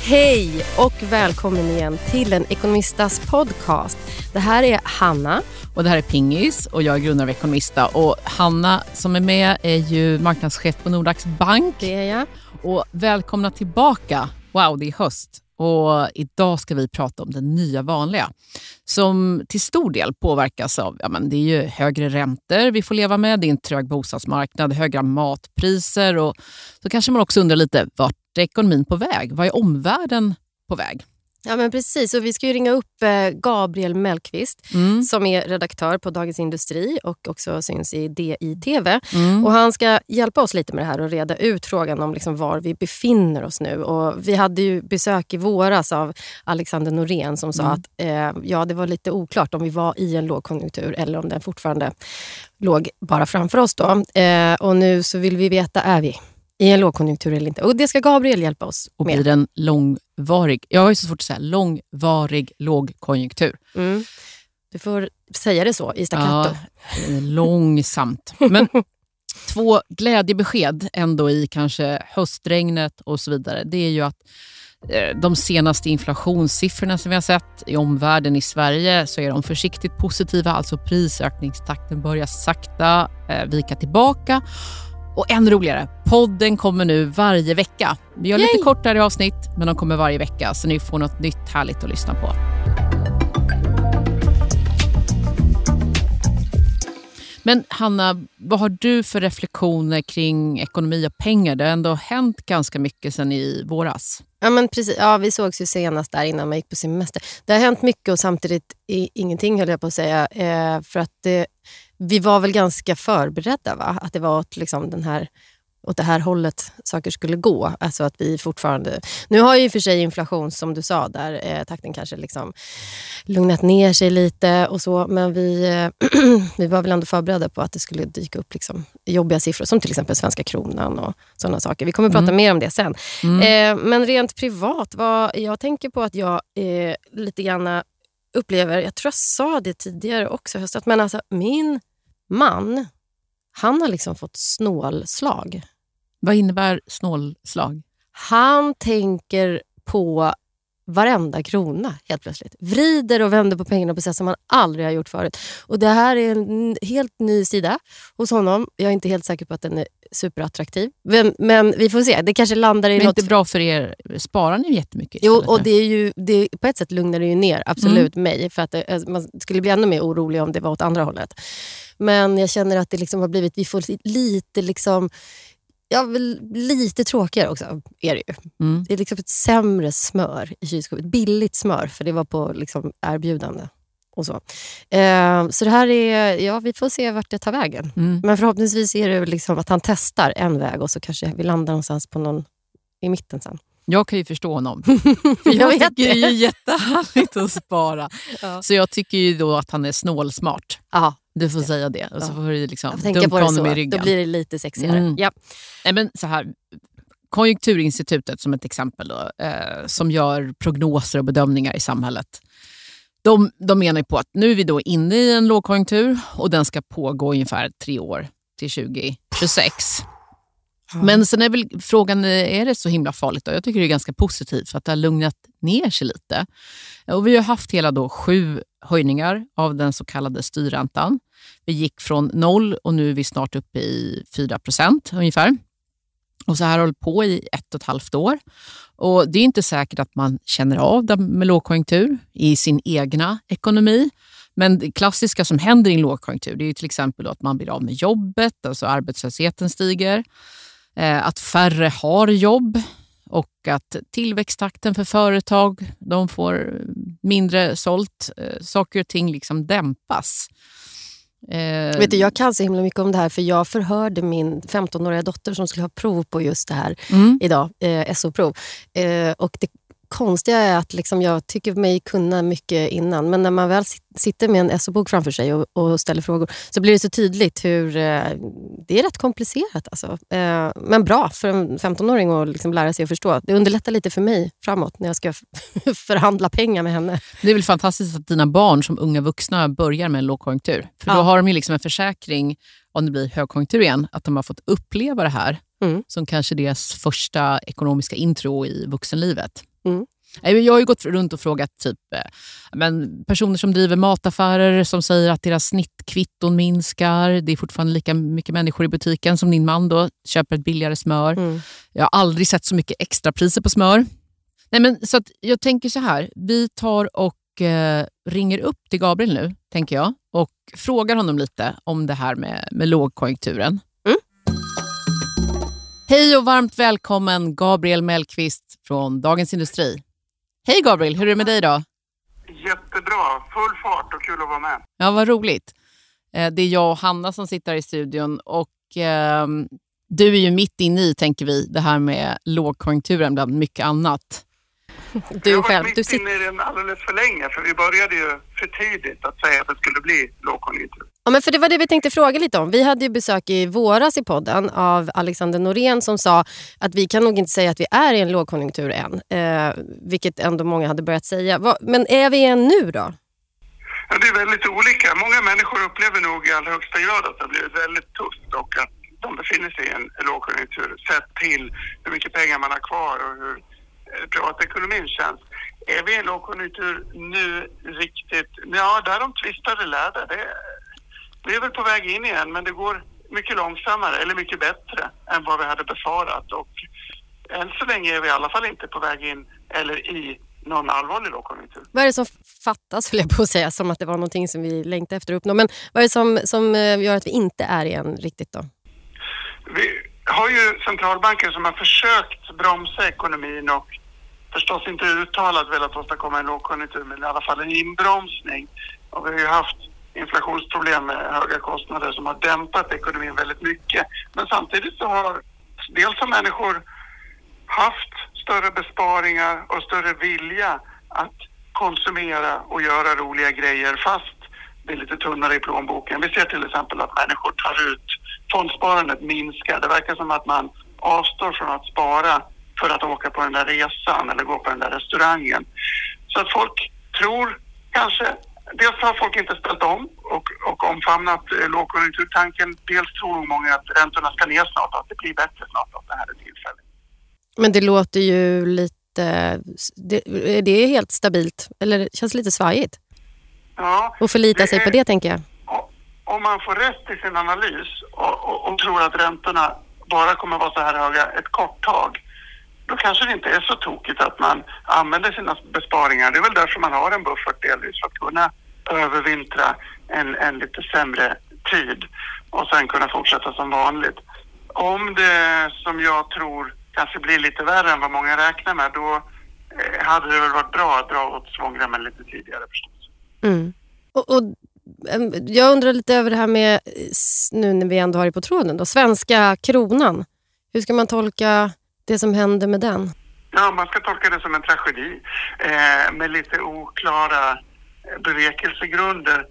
Hej och välkommen igen till en Ekonomistas podcast. Det här är Hanna. Och det här är Pingis och jag är grundare av Ekonomista. Och Hanna som är med är ju marknadschef på Nordax Bank. Det är jag. Och välkomna tillbaka. Wow, det är höst. Och idag ska vi prata om det nya vanliga. Som till stor del påverkas av, det är ju högre räntor vi får leva med. Det är en trög bostadsmarknad, höga matpriser. Och så kanske man också undrar lite, vart är ekonomin på väg? Vad är omvärlden på väg? Ja men precis, och vi ska ju ringa upp Gabriel Mellqvist som är redaktör på Dagens Industri och också syns i DI-TV. Och han ska hjälpa oss lite med det här och reda ut frågan om liksom var vi befinner oss nu. Och vi hade ju besök i våras av Alexander Norén som sa att det var lite oklart om vi var i en lågkonjunktur eller om den fortfarande låg bara framför oss då. Och nu så vill vi veta, är vi i en lågkonjunktur eller inte? Och det ska Gabriel hjälpa oss med. Och blir en långvarig, jag har ju så svårt att säga, långvarig lågkonjunktur. Du får säga det så i staccato. Ja, långsamt. Men 2 glädjebesked ändå i kanske höstregnet och så vidare. Det är ju att de senaste inflationssiffrorna som vi har sett i omvärlden i Sverige så är de försiktigt positiva. Alltså prisökningstakten börjar sakta vika tillbaka. Och än roligare, podden kommer nu varje vecka. Vi gör lite kortare avsnitt, men de kommer varje vecka. Så ni får något nytt härligt att lyssna på. Men Hanna, vad har du för reflektioner kring ekonomi och pengar? Det har ändå hänt ganska mycket sedan i våras. Ja men precis, ja, vi sågs ju senast där innan man gick på semester. Det har hänt mycket och samtidigt ingenting höll jag på att säga. För att vi var väl ganska förberedda va? Att det var liksom åt det här hållet saker skulle gå. Alltså att vi fortfarande... Nu har ju för sig inflation som du sa där, takten kanske liksom lugnat ner sig lite och så. Men vi var väl ändå förberedda på att det skulle dyka upp liksom jobbiga siffror som till exempel svenska kronan och sådana saker. Vi kommer att prata mer om det sen. Men rent privat, jag tänker på att jag lite grann upplever, jag tror jag sa det tidigare också höstat, men alltså min man, han har liksom fått snålslag. Vad innebär snålslag? Han tänker på varenda krona helt plötsligt. Vrider och vänder på pengarna på ett sätt som han aldrig har gjort förut. Och det här är en helt ny sida hos honom. Jag är inte helt säker på att den är superattraktiv. Men vi får se. Det kanske landar i något... något... inte bra för er. Sparar ni jättemycket? Jo, och det är ju... på ett sätt lugnar det ju ner absolut mig. För att man skulle bli ännu mer orolig om det var åt andra hållet. Men jag känner att det liksom har blivit... Vi får lite liksom... Ja, lite tråkigare också är det ju. Det är liksom ett sämre smör i kylskåpet. Billigt smör, för det var på liksom erbjudande. Och så. Så det här är... Ja, vi får se vart det tar vägen. Men förhoppningsvis är det liksom att han testar en väg och så kanske vi landar någonstans på någon i mitten sen. Jag kan ju förstå honom. För jag tycker det är jättehärligt att spara. Ja. Så jag tycker ju då att han är snålsmart. Aha. Du får säga det. Och så får du liksom tänka på det så. I ryggen. Då blir det lite sexigare. Ja. Nej, men så här, Konjunkturinstitutet som ett exempel då, som gör prognoser och bedömningar i samhället. De menar ju på att nu är vi då inne i en lågkonjunktur och den ska pågå ungefär 3 år till 2026. Men sen är väl frågan, är det så himla farligt då? Jag tycker det är ganska positivt för att det har lugnat ner sig lite. Och vi har haft hela då 7 höjningar av den så kallade styrräntan. Vi gick från 0 och nu är vi snart uppe i 4% ungefär. Och så här håller på i 1,5 år. Och det är inte säkert att man känner av det med lågkonjunktur i sin egna ekonomi. Men det klassiska som händer i en lågkonjunktur, det är ju till exempel då att man blir av med jobbet, alltså arbetslösheten stiger. Att färre har jobb och att tillväxttakten för företag, de får mindre sålt, saker och ting liksom dämpas. Vet du, jag kan så himla mycket om det här för jag förhörde min 15-åriga dotter som skulle ha prov på just det här idag, SO-prov. Och det konstiga är att liksom jag tycker mig kunna mycket innan, men när man väl sitter med en SO-bok framför sig och ställer frågor så blir det så tydligt hur det är rätt komplicerat alltså. Men bra för en 15-åring att liksom lära sig att förstå. Det underlättar lite för mig framåt när jag ska förhandla pengar med henne. Det är väl fantastiskt att dina barn som unga vuxna börjar med en lågkonjunktur. För då har de ju liksom en försäkring om det blir högkonjunktur igen, att de har fått uppleva det här som kanske deras första ekonomiska intro i vuxenlivet. Mm. Jag har ju gått runt och frågat typ, personer som driver mataffärer som säger att deras snittkvitton minskar. Det är fortfarande lika mycket människor i butiken som din man då köper ett billigare smör. Jag har aldrig sett så mycket extra priser på smör. Nej, men så att jag tänker så här, vi tar och ringer upp till Gabriel nu, tänker jag, och frågar honom lite om det här med lågkonjunkturen. Hej och varmt välkommen Gabriel Mellqvist från Dagens Industri. Hej Gabriel, hur är det med dig då? Jättebra, full fart och kul att vara med. Ja, vad roligt. Det är jag och Hanna som sitter i studion och du är ju mitt inne i, tänker vi, det här med lågkonjunkturen bland mycket annat. Jag har varit mitt inne i den alldeles för länge, för vi började ju för tidigt att säga att det skulle bli lågkonjunktur. Ja, men för det var det vi tänkte fråga lite om. Vi hade ju besök i våras i podden av Alexander Norén som sa att vi kan nog inte säga att vi är i en lågkonjunktur än. Vilket ändå många hade börjat säga. Men är vi än nu då? Ja, det är väldigt olika. Många människor upplever nog i allra högsta grad att det har blivit väldigt tufft och att de befinner sig i en lågkonjunktur. Sett till hur mycket pengar man har kvar och hur privatekonomin känns. Är vi i en lågkonjunktur nu riktigt? Ja, där de tvistade lärde. Vi är väl på väg in igen, men det går mycket långsammare eller mycket bättre än vad vi hade befarat. Och än så länge är vi i alla fall inte på väg in eller i någon allvarlig lågkonjunktur. Vad är det som fattas, vill jag på att säga, som att det var någonting som vi längtade efter att uppnå. Men vad är det som gör att vi inte är igen riktigt då? Vi har ju centralbanker som har försökt bromsa ekonomin och förstås inte uttalat velat åstadkomma en lågkonjunktur, men i alla fall en inbromsning. Och vi har ju haft inflationsproblem med höga kostnader som har dämpat ekonomin väldigt mycket. Men samtidigt så har dels människor haft större besparingar och större vilja att konsumera och göra roliga grejer fast det är lite tunnare i plånboken. Vi ser till exempel att människor tar ut, fondsparandet minskar. Det verkar som att man avstår från att spara för att åka på den där resan eller gå på den där restaurangen. Så att folk tror kanske, dels har folk inte ställt om och omfamnat lågkonjunkturtanken. Dels tror många att räntorna ska ner snart, att det blir bättre snart av det här tillfället. Men det låter ju lite... Det är helt stabilt, eller det känns lite svajigt. Ja. Och förlita sig på det, tänker jag. Om man får rätt i sin analys och tror att räntorna bara kommer vara så här höga ett kort tag, då kanske det inte är så tokigt att man använder sina besparingar. Det är väl därför man har en buffert delvis, för att kunna övervintra en lite sämre tid och sen kunna fortsätta som vanligt. Om det, som jag tror, kanske blir lite värre än vad många räknar med, då hade det väl varit bra att dra åt svångremmen lite tidigare förstås. Mm. Och jag undrar lite över det här med, nu när vi ändå har det på tråden då, svenska kronan. Hur ska man tolka det som händer med den? Ja, man ska tolka det som en tragedi med lite oklara bevekelsegrunder.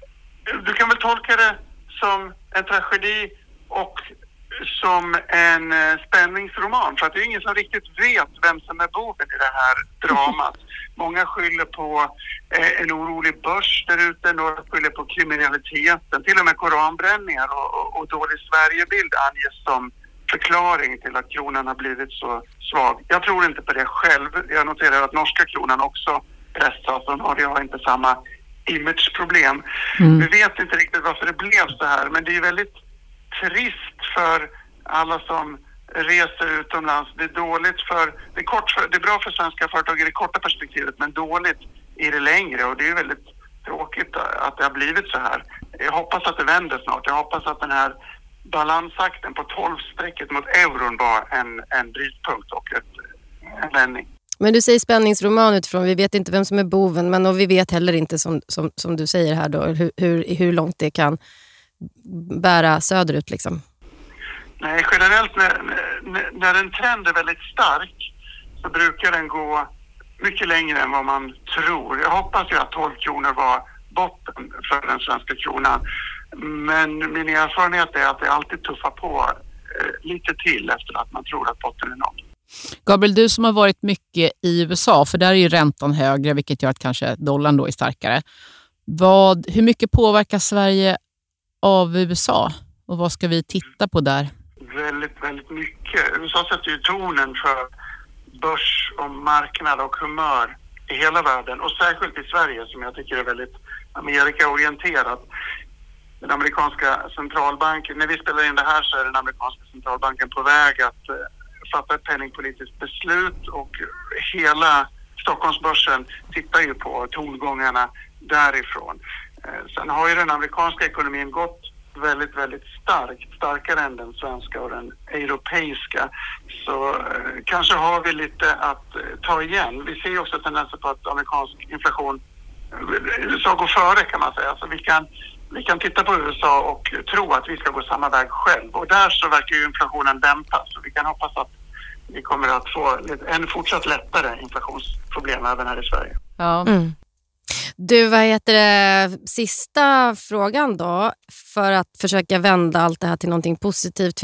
Du kan väl tolka det som en tragedi och som en spänningsroman, för att det är ingen som riktigt vet vem som är boven i det här dramat. Många skyller på en orolig börs där ute, några skyller på kriminaliteten, till och med koranbränningar och dålig Sverigebild anges som förklaring till att kronan har blivit så svag. Jag tror inte på det själv. Jag noterar att norska kronan också pressas och Norge har inte samma imageproblem. Vi vet inte riktigt varför det blev så här, men det är väldigt trist för alla som reser utomlands. Det är dåligt det är bra för svenska företag i det korta perspektivet, men dåligt i det längre, och det är väldigt tråkigt att det har blivit så här. Jag hoppas att det vänder snart. Jag hoppas att den här balansakten på 12-strecket mot euron var en brytpunkt och en vändning. Men du säger spänningsroman utifrån, vi vet inte vem som är boven, men och vi vet heller inte som du säger här då, hur långt det kan bära söderut liksom. Nej, generellt när en trend är väldigt stark så brukar den gå mycket längre än vad man tror. Jag hoppas ju att 12 kronor var botten för den svenska kronan. Men min erfarenhet är att det alltid tuffar på lite till efter att man tror att botten är nådd. Gabriel, du som har varit mycket i USA, för där är ju räntan högre, vilket gör att kanske dollarn då är starkare. Hur mycket påverkar Sverige av USA och vad ska vi titta på där? Väldigt, väldigt mycket. USA sätter ju tonen för börs om marknad och humör i hela världen och särskilt i Sverige som jag tycker är väldigt Amerikaorienterat. Den amerikanska centralbanken, när vi spelar in det här så är den amerikanska centralbanken på väg att fatta ett penningpolitiskt beslut och hela Stockholmsbörsen tittar ju på tongångarna därifrån. Sen har ju den amerikanska ekonomin gått väldigt, väldigt starkare än den svenska och den europeiska. Så kanske har vi lite att ta igen. Vi ser ju också tendenser på att amerikansk inflation USA går före kan man säga. Så vi kan titta på USA och tro att vi ska gå samma väg själv. Och där så verkar ju inflationen dämpas. Så vi kan hoppas att vi kommer att få en fortsatt lättare inflationsproblem även här i Sverige. Ja. Mm. Du, vad heter det? Sista frågan då, för att försöka vända allt det här till någonting positivt.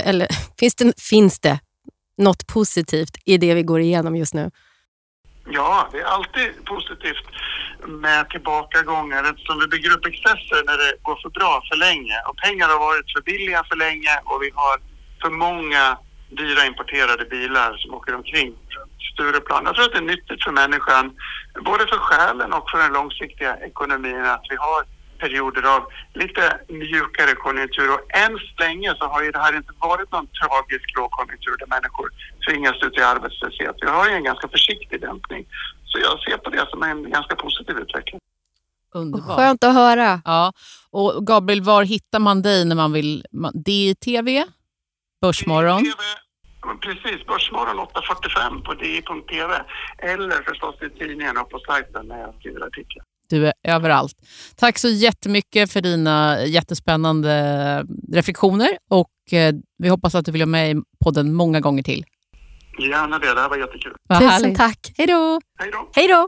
Finns det något positivt i det vi går igenom just nu? Ja, det är alltid positivt med tillbakagångar eftersom vi bygger upp excesser när det går för bra för länge. Och pengar har varit för billiga för länge och vi har för många dyra importerade bilar som åker omkring Stureplan. Jag tror att det är nyttigt för människan, både för själen och för den långsiktiga ekonomin, att vi har perioder av lite mjukare konjunktur. Och än så länge så har ju det här inte varit någon tragisk lågkonjunktur där människor tvingas ut i arbetslöshet. Vi har ju en ganska försiktig dämpning. Så jag ser på det som en ganska positiv utveckling. Underbart. Skönt att höra. Ja. Och Gabriel, var hittar man dig när man vill? Det är i TV? Börsmorgon? Precis, Börsmorgon 8.45 på di.tv eller förstås i tidningen och på sajten när jag skriver artiklar. Du är överallt. Tack så jättemycket för dina jättespännande reflektioner och vi hoppas att du vill ha med i podden många gånger till. Gärna det här var jättekul. Tusen tack. Hej då. Hej då. Hej då.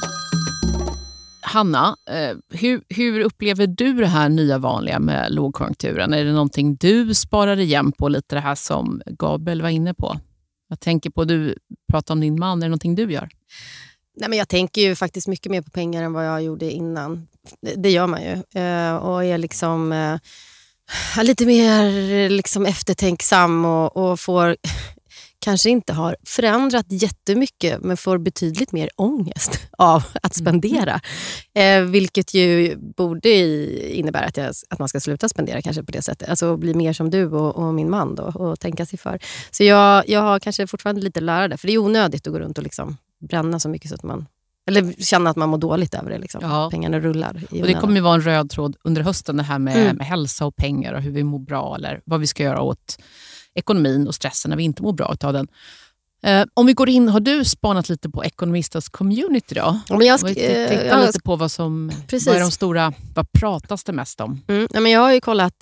Hanna, hur upplever du det här nya vanliga med lågkonjunkturen? Är det någonting du sparar igen på, lite det här som Gabriel var inne på? Jag tänker på, du pratar om din man, är det någonting du gör? Nej, men jag tänker ju faktiskt mycket mer på pengar än vad jag gjorde innan. Det gör man ju. Och är liksom lite mer liksom eftertänksam och får kanske inte har förändrat jättemycket men får betydligt mer ångest av att spendera. Vilket ju borde innebära att man ska sluta spendera kanske på det sättet. Alltså bli mer som du och min man då och tänka sig för. Så jag har kanske fortfarande lite lära det. För det är onödigt att gå runt och liksom bränna så mycket så att man... Eller känna att man mår dåligt över det. Liksom. Ja. Pengarna rullar. Och det kommer ju vara en röd tråd under hösten, det här med hälsa och pengar och hur vi mår bra eller vad vi ska göra åt ekonomin och stressen när vi inte mår bra av den. Om vi går in, har du spanat lite på Ekonomistas community då? Ja, men titta lite på vad är de stora, vad pratas det mest om? Ja, men jag har ju kollat,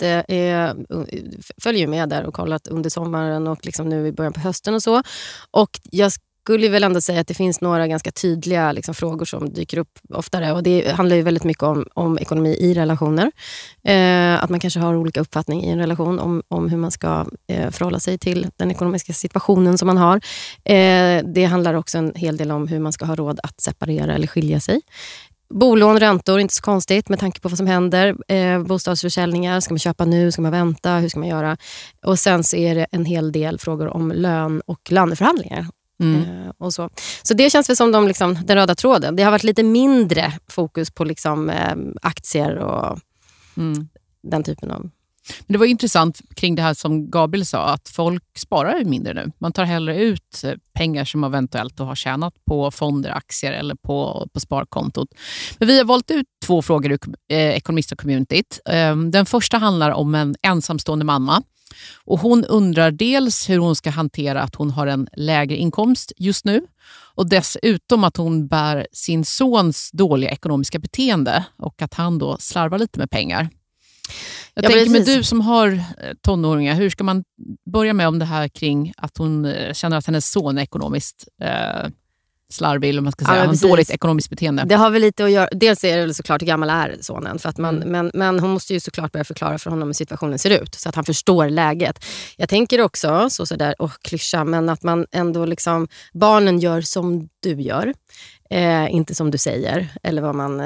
följer med där och kollat under sommaren och liksom nu i början på hösten och så. Och jag skulle väl ändå säga att det finns några ganska tydliga liksom, frågor som dyker upp oftare. Och det handlar ju väldigt mycket om ekonomi i relationer. Att man kanske har olika uppfattning i en relation om hur man ska förhålla sig till den ekonomiska situationen som man har. Det handlar också en hel del om hur man ska ha råd att separera eller skilja sig. Bolån, räntor, inte så konstigt med tanke på vad som händer. Bostadsförsäljningar, ska man köpa nu, ska man vänta, hur ska man göra? Och sen så är det en hel del frågor om lön och löneförhandlingar. Och så det känns väl som den röda tråden. Det har varit lite mindre fokus på liksom, aktier och den typen av... Men det var intressant kring det här som Gabriel sa, att folk sparar ju mindre nu. Man tar hellre ut pengar som eventuellt har tjänat på fonder, aktier eller på sparkontot. Men vi har valt ut 2 frågor ur Ekonomista-communityt. Den första handlar om en ensamstående mamma. Och hon undrar dels hur hon ska hantera att hon har en lägre inkomst just nu. Och dessutom att hon bär sin sons dåliga ekonomiska beteende och att han då slarvar lite med pengar. Jag tänker med du som har tonåringar, hur ska man börja med om det här kring att hon känner att hennes son är ekonomiskt slarvig, eller man ska säga, har dåligt ekonomiskt beteende? Det har väl lite att göra, dels är det väl såklart hur gammal är sonen, för att men hon måste ju såklart börja förklara för honom hur situationen ser ut så att han förstår läget. Jag tänker också, sådär och klyscha, men att man ändå liksom, barnen gör som du gör. inte som du säger, eller vad man,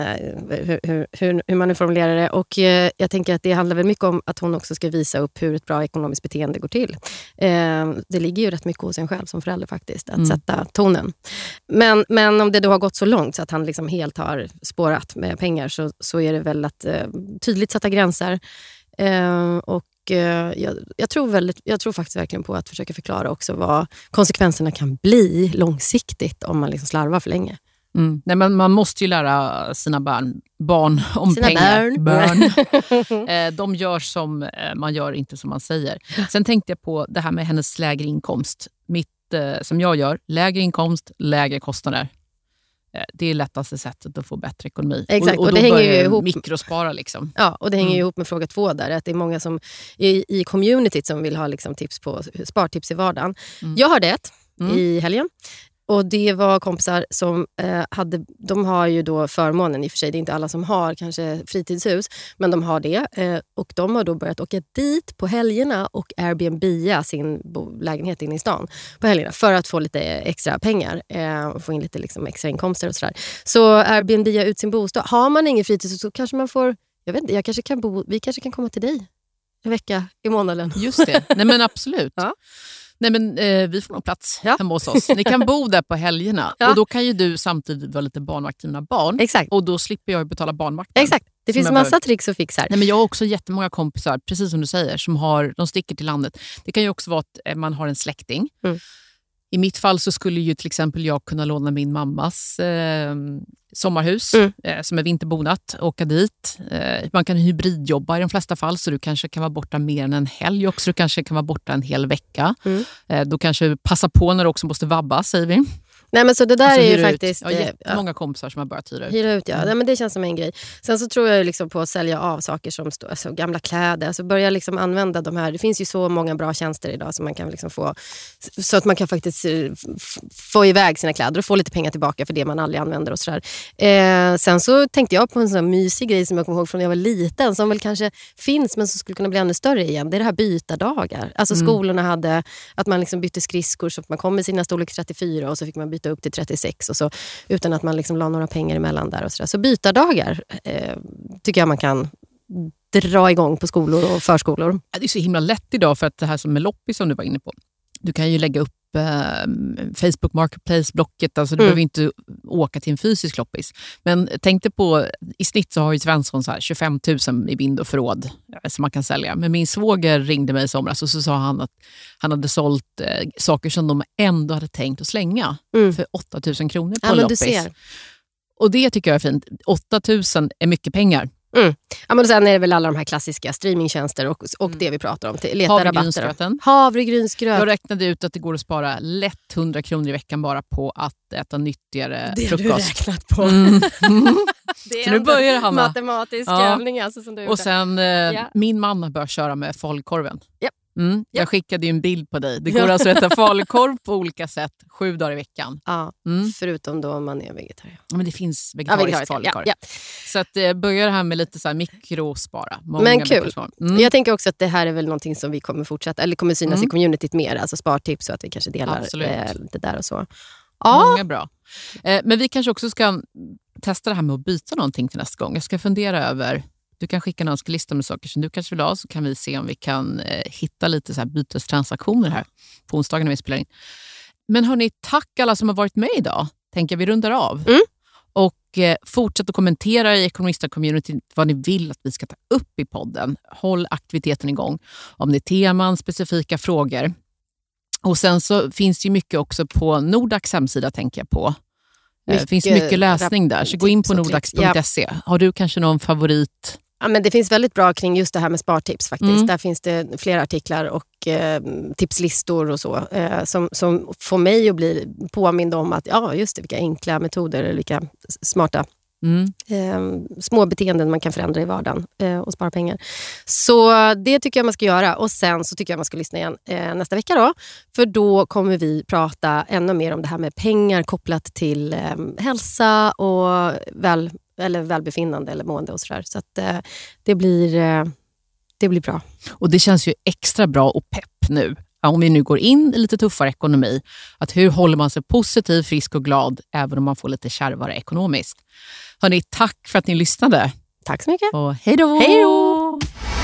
hur man nu formulerar det. Och jag tänker att det handlar väl mycket om att hon också ska visa upp hur ett bra ekonomiskt beteende går till. Det ligger ju rätt mycket hos en själv som förälder faktiskt, att sätta tonen. Men om det då har gått så långt så att han liksom helt har spårat med pengar, så är det väl att tydligt sätta gränser. Och jag tror faktiskt verkligen på att försöka förklara också vad konsekvenserna kan bli långsiktigt om man liksom slarvar för länge. Nej, men man måste ju lära sina barn om sina pengar. Barn. De gör som man gör, inte som man säger. Sen tänkte jag på det här med hennes lägre inkomst. Som jag gör, lägre inkomst, lägre kostnader. Det är lättaste sättet att få bättre ekonomi. Exakt, och då det hänger börjar ju ihop. Mikrospara liksom. Ja, och det hänger ju ihop med fråga 2 där. Att det är många som i communityt som vill ha liksom tips på spartips i vardagen. Jag hörde ett i helgen. Och det var kompisar som de har ju då förmånen, i och för sig det är inte alla som har kanske fritidshus, men de har det. Och de har då börjat åka dit på helgerna och Airbnb sin lägenhet in i stan på helgerna för att få lite extra pengar och få in lite liksom extra inkomster och sådär. Så Airbnb ut sin bostad. Har man ingen fritidshus så kanske man får, jag vet inte, vi kanske kan komma till dig en vecka i månaden. Just det, nej men absolut. Ja. Nej, men vi får nog plats hemma hos oss. Ni kan bo där på helgerna. Och då kan ju du samtidigt vara lite barnvakt till dina barn. Exakt. Och då slipper jag betala barnvakten. Exakt. Det finns massa tricks och fixar. Nej, men jag har också jättemånga kompisar, precis som du säger, de sticker till landet. Det kan ju också vara att man har en släkting. I mitt fall så skulle ju till exempel jag kunna låna min mammas sommarhus som är vinterbonat, åka dit. Man kan hybridjobba i de flesta fall, så du kanske kan vara borta mer än en helg också. Du kanske kan vara borta en hel vecka. Då kanske passa på när du också måste vabba, säger vi. Nej, men så det där är ju faktiskt... många kompisar som har börjat hyra ut. Nej, men det känns som en grej. Sen så tror jag liksom på att sälja av saker som alltså gamla kläder. Alltså börja liksom använda de här. Det finns ju så många bra tjänster idag som man kan liksom få, så att man kan faktiskt få iväg sina kläder och få lite pengar tillbaka för det man aldrig använder och sådär. Sen så tänkte jag på en sån här mysig grej som jag kommer ihåg från när jag var liten, som väl kanske finns men som skulle kunna bli ännu större igen. Det är det här bytardagar. Alltså skolorna hade att man liksom bytte skridskor, så att man kom med sina storlek 34 och så fick man byta upp till 36 och så, utan att man liksom la några pengar emellan där och sådär. Så bytardagar tycker jag man kan dra igång på skolor och förskolor. Det är så himla lätt idag, för att det här som med loppis som du var inne på. Du kan ju lägga upp Facebook Marketplace, Blocket, alltså du behöver inte åka till en fysisk loppis. Men tänk dig på, i snitt så har ju Svensson så här 25 000 i bind och förråd som man kan sälja. Men min svåger ringde mig i somras och så sa han att han hade sålt saker som de ändå hade tänkt att slänga för 8 000 kronor på en loppis. Du ser. Och det tycker jag är fint. 8 000 är mycket pengar. Ja, men sen är det väl alla de här klassiska streamingtjänster och det vi pratar om. Leta rabatter. Havregrynsgröt. Jag räknade ut att det går att spara lätt 100 kronor i veckan bara på att äta nyttigare frukost. Det har du räknat på. Det är så nu börjar det, Hanna. Matematisk övning alltså, som du och sen min man har börjat köra med falukorven. Yep. Jag skickade ju en bild på dig. Det går alltså att äta falukorv på olika sätt 7 dagar i veckan. Ja, förutom då om man är vegetarian. Ja, men det finns vegetariskt falukorv. Ja. Så att börjar det här med lite så här mikrospara. Men kul. Jag tänker också att det här är väl någonting som vi kommer fortsätta, eller kommer synas i communityt mer, alltså spartips, så att vi kanske delar det där och så. Ja. Många bra. Men vi kanske också ska testa det här med att byta någonting till nästa gång. Jag ska fundera över. Du kan skicka en önskelista med saker som du kanske vill ha, så kan vi se om vi kan hitta lite så här bytestransaktioner här på onsdagen när vi spelar in. Men hörni, tack alla som har varit med idag. Tänker vi rundar av. Och fortsätt att kommentera i Ekonomista-community vad ni vill att vi ska ta upp i podden. Håll aktiviteten igång. Om det är teman, specifika frågor. Och sen så finns det ju mycket också på Nordax hemsida, tänker jag på. Det finns mycket läsning där, så gå in på nordax.se. Har du kanske någon favorit? Ja, men det finns väldigt bra kring just det här med spartips faktiskt. Där finns det flera artiklar och tipslistor och så som får mig att bli påmind om att just det, vilka enkla metoder eller vilka smarta små beteenden man kan förändra i vardagen och spara pengar. Så det tycker jag man ska göra. Och sen så tycker jag man ska lyssna igen nästa vecka då. För då kommer vi prata ännu mer om det här med pengar kopplat till hälsa och välbefinnande eller mående och sådär. Så att det blir bra. Och det känns ju extra bra och pepp nu om vi nu går in i lite tuffare ekonomi, att hur håller man sig positiv, frisk och glad även om man får lite kärvare ekonomiskt. Hörrni, tack för att ni lyssnade. Tack så mycket. Och hej då! Hej då!